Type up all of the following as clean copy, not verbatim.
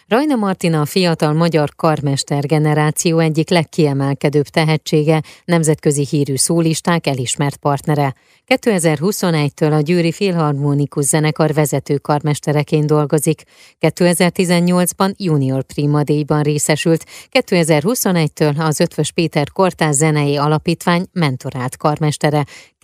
Rajna Martina a fiatal magyar karmester generáció egyik legkiemelkedőbb tehetsége, nemzetközi hírű szólisták elismert partnere. 2021-től a Győri Filharmonikus Zenekar vezető karmestereként dolgozik. 2018-ban Junior Prima díjban részesült, 2021-től az Eötvös Péter Kortárs Zenei Alapítvány mentorált karmestere,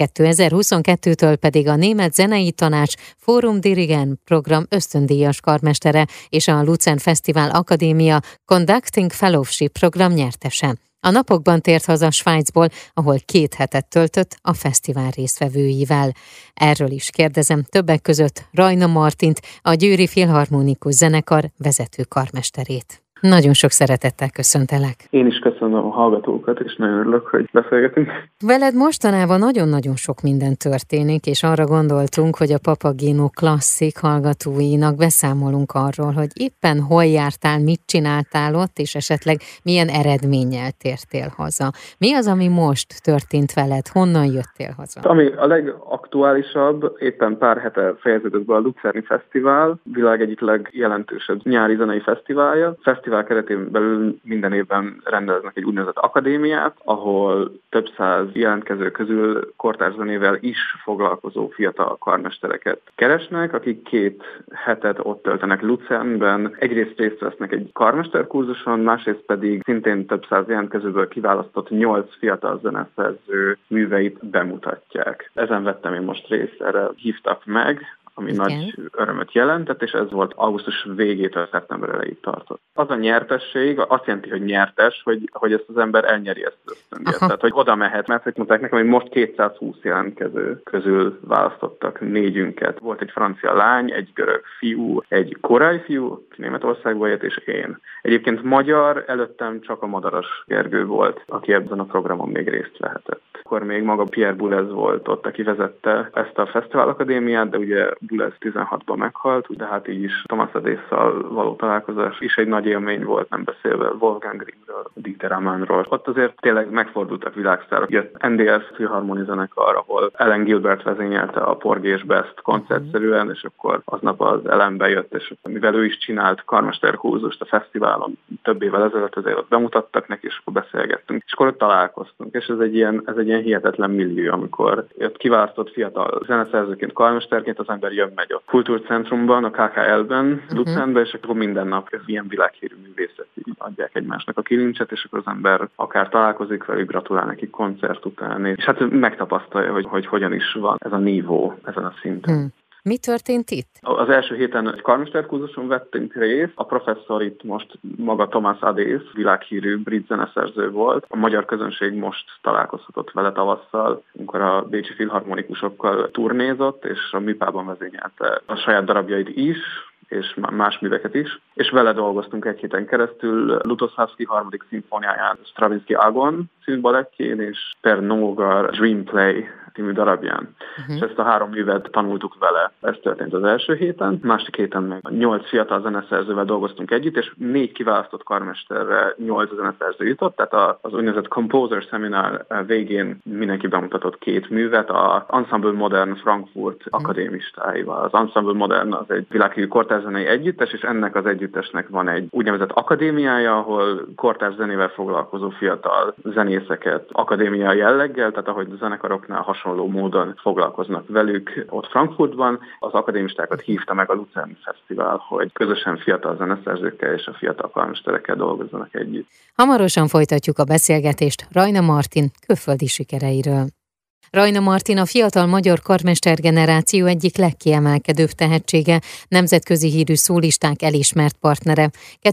2022-től pedig a Német Zenei Tanács Forum Dirigent program ösztöndíjas karmestere és a Luzern Fesztivál Akadémia Conducting Fellowship program nyertese. A napokban tért haza Svájcból, ahol 2 hetet töltött a fesztivál résztvevőivel. Erről is kérdezem többek között Rajna Martint, a Győri Filharmonikus Zenekar vezető karmesterét. Nagyon sok szeretettel köszöntelek. Én is köszönöm a hallgatókat, és nagyon örülök, hogy beszélgetünk. Veled mostanában nagyon-nagyon sok minden történik, és arra gondoltunk, hogy a Papageno Classic hallgatóinak beszámolunk arról, hogy éppen hol jártál, mit csináltál ott, és esetleg milyen eredménnyel tértél haza. Mi az, ami most történt veled? Honnan jöttél haza? Ami a legaktuálisabb, éppen pár hete fejeződött be a Luzerni Fesztivál, világ egyik legjelentősebb nyári zenei fesztiválja. Fesztivál keretén belül minden évben rendeznek egy úgynevezett akadémiát, ahol több száz jelentkező közül kortárs zenével is foglalkozó fiatal karmestereket keresnek, akik 2 hetet ott töltenek Luzernben. Egyrészt részt vesznek egy karmesterkurzuson, másrészt pedig szintén több száz jelentkezőből kiválasztott 8 fiatal zeneszerző műveit bemutatják. Ezen vettem én most részt, erre hívtak meg, ami nagy örömöt jelentett, és ez volt augusztus végétől szeptember elejéig tartott. Az a nyertesség azt jelenti, hogy nyertes, hogy ezt az ember elnyeri ezt az ösztöndíjat. Tehát, hogy oda mehet, mert hogy mondták nekem, hogy most 220 jelentkező közül választottak 4-ünket. Volt egy francia lány, egy görög fiú, egy koreai fiú, aki Németországból jött, és én. Egyébként magyar, előttem csak a Madaras Gergő volt, aki ebben a programon még részt vehetett. Akkor még maga Pierre Boulez volt ott, aki vezette ezt a Fesztivál Akadémiát, de ugye Boulez 16-ban meghalt, de hát így is Thomas Adésszal való találkozás is egy nagy élmény volt, nem beszélve Wolfgang Grimmről, Dieter Amannról. Ott azért tényleg megfordultak világsztárok. Jött NDS Filharmoni Zenekar, ahol Ellen Gilbert vezényelte a Porgy és Best koncertszerűen, és akkor aznap az Ellen bejött, és mivel ő is csinált karmesterkurzust a fesztiválon több évvel ezelőtt, azért ott bemutattak neki, és akkor beszélgettünk. És akkor ott találkoztunk, és ez egy ilyen hihetetlen millió, amikor jött kiválasztott fiatal zeneszerzőként, karmesterként, az ember jön-megy a Kultúrcentrumban, a KKL-ben, Luzernben, és akkor minden nap ez ilyen világhírű művészek adják egymásnak a kilincset, és akkor az ember akár találkozik velük, gratulál nekik koncert után, és hát megtapasztalja, hogy hogyan is van ez a nívó ezen a szinten. Mi történt itt? Az első héten egy karmesterkurzuson vettünk részt. A professzor itt most maga Thomas Adész, világhírű brit zeneszerző volt. A magyar közönség most találkozhatott vele tavasszal, amikor a bécsi filharmonikusokkal turnézott, és a MIPA-ban vezényelte a saját darabjait is, és más műveket is. És vele dolgoztunk egy héten keresztül Lutoslawski 3. szimfóniáján, Stravinsky Agon című balettjén, és Per Nogar Dream Play című darabján. És ezt a 3 művet tanultuk vele. Ez történt az első héten. Másik héten meg 8 fiatal zeneszerzővel dolgoztunk együtt, és 4 kiválasztott karmesterre 8 zeneszerző jutott, tehát az úgynevezett Composer Seminar végén mindenki bemutatott 2 művet, az Ensemble Modern Frankfurt akadémistáival. Az Ensemble Modern az egy világhírű kortárs zenei együttes, és ennek az együttesnek van egy úgynevezett akadémiája, ahol kortárs zenével foglalkozó fiatal zenészeket akadémiai jelleggel, tehát ahogy a zenekaroknál hasonló módon foglalkoznak velük ott Frankfurtban. Az akadémistákat hívta meg a Luzerni Fesztivál, hogy közösen fiatal zeneszerzőkkel és a fiatal karmesterekkel dolgozzanak együtt. Hamarosan folytatjuk a beszélgetést Rajna Martin külföldi sikereiről. Rajna Martin a fiatal magyar karmester generáció egyik legkiemelkedőbb tehetsége, nemzetközi hírű szólisták elismert partnere.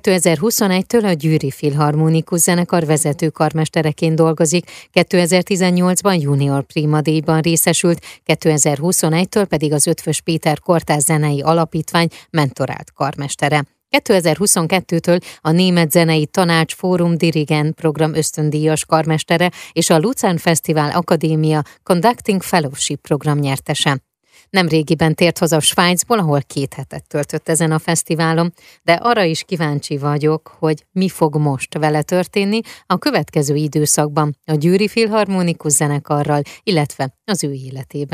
2021-től a Győri Filharmonikus Zenekar vezető karmestereként dolgozik, 2018-ban Junior Prima díjban részesült, 2021-től pedig az Eötvös Péter Kortárs Zenei Alapítvány mentorált karmestere. 2022-től a Német Zenei Tanács Forum Dirigent program ösztöndíjas karmestere és a Luzern Fesztivál Akadémia Conducting Fellowship program nyertese. Nemrégiben tért haza Svájcból, ahol 2 hetet töltött ezen a fesztiválon, de arra is kíváncsi vagyok, hogy mi fog most vele történni a következő időszakban a Győri Filharmonikus Zenekarral, illetve az ő életében.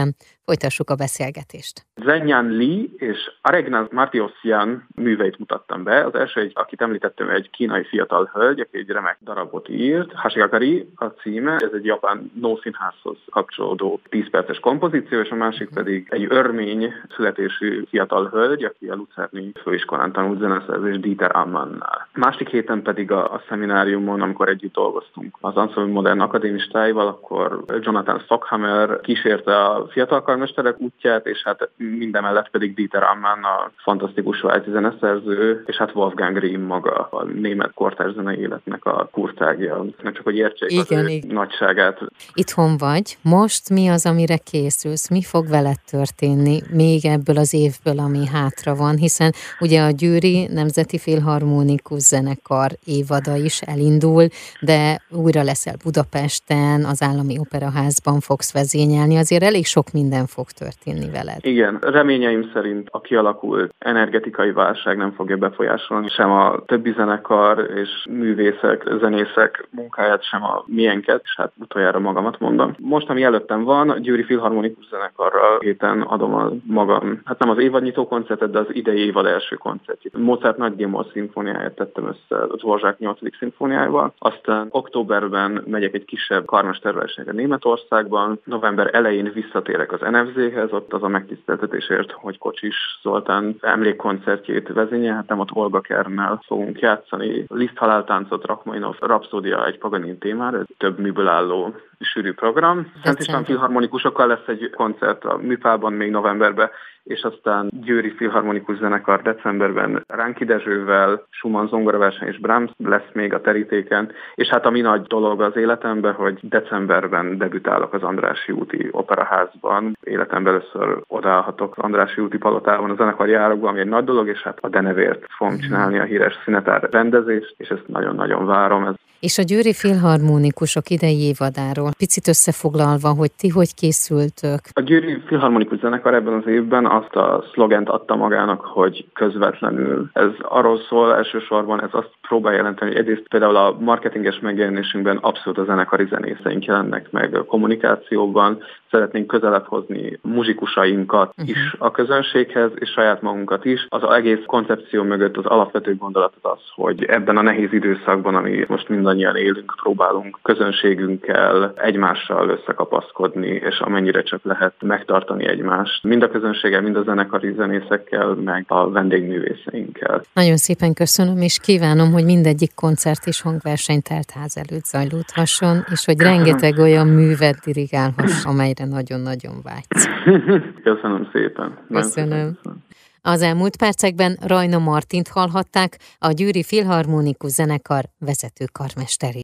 Folytassuk a beszélgetést. Zhenyan Li és Aregnas Martirosyan műveit mutattam be. Az első, akit említettem, egy kínai fiatal hölgy, aki egy remek darabot írt. Hashigakari a címe, ez egy japán nószínházhoz kapcsolódó 10 perces kompozíció, és a másik pedig egy örmény születésű fiatal hölgy, aki a Lucerni főiskolán tanult zeneszerzés Dieter Ammannál. Másik héten pedig a szemináriumon, amikor együtt dolgoztunk az Ensemble Modern akademistáival, akkor Jonathan Stockhammer kísérte a fiatal karmesterek útját, és hát mindemellett pedig Dieter Ammann, a fantasztikus svájci zeneszerző, és hát Wolfgang Rihm maga, a német kortárs zenei életnek a kurtágja. Csak hogy értsék az nagyságát. Itthon vagy. Most mi az, amire készülsz? Mi fog veled történni még ebből az évből, ami hátra van? Hiszen ugye a Győri Nemzeti Filharmonikus Zenekar évada is elindul, de újra leszel Budapesten, az Állami Operaházban fogsz vezényelni, azért elég sok minden fog történni veled. Igen, reményeim szerint a kialakult energetikai válság nem fogja befolyásolni sem a többi zenekar és művészek, zenészek munkáját, sem a miénket, és hát utoljára magamat mondom. Most, ami előttem van, a Győri Filharmonikus Zenekarral héten adom a magam, hát nem az évadnyitó koncertet, de az idei évad első koncertjét. Mozart Nagy G-moll szimfóniáját tettem össze a Dvořák 8. szimfóniájával. Aztán októberben megyek egy kisebb karmesterversenyre Németországban, november elején visszatérek az NFZ-hez, ott az a megtiszteltetésért, hogy Kocsis Zoltán emlékkoncertjét vezényelhetem, ott Olga Kernnel fogunk játszani. Liszt haláltáncot, Rachmaninov rapszódia egy Paganini témára, ez több műből álló sűrű program. Szent István filharmonikusokkal lesz egy koncert a Műpában még novemberben, és aztán Győri Filharmonikus Zenekar decemberben Ránki Dezsővel, Schumann zongoraverseny és Brahms lesz még a terítéken, és hát ami nagy dolog az életemben, hogy decemberben debütálok az Andrássy úti Operaházban. Életemben először odaállhatok az Andrássy úti palotában, a zenekari árokban, ami egy nagy dolog, és hát a denevért fogom csinálni a híres színetár rendezést, és ezt nagyon-nagyon várom. És a Győri Filharmonikusok idei évadáról picit összefoglalva, hogy ti hogy készültök? A Győri Filharmonikus Zenekar ebben az évben azt a szlogent adta magának, hogy közvetlenül. Ez arról szól elsősorban, ez azt próbál jelenteni, hogy egyrészt például a marketinges megjelenésünkben abszolút a zenekari zenészeink jelennek meg a kommunikációban, szeretnénk közelebb hozni muzsikusainkat is a közönséghez, és saját magunkat is. Az egész koncepció mögött az alapvető gondolat az, hogy ebben a nehéz időszakban, ami most mindannyian élünk, próbálunk közönségünkkel, egymással összekapaszkodni, és amennyire csak lehet megtartani egymást. Mind a közönséggel, mind a zenekari zenészekkel, meg a vendégművészeinkkel. Nagyon szépen köszönöm, és kívánom, hogy mindegyik koncert és hangverseny telt ház előtt zajlódhasson, és hogy rengeteg olyan művet dirigálhass, amelyre nagyon-nagyon vágysz. Köszönöm szépen. Köszönöm. Az elmúlt percekben Rajna Martint hallhatták, a Győri Filharmonikus Zenekar vezető karmesterét.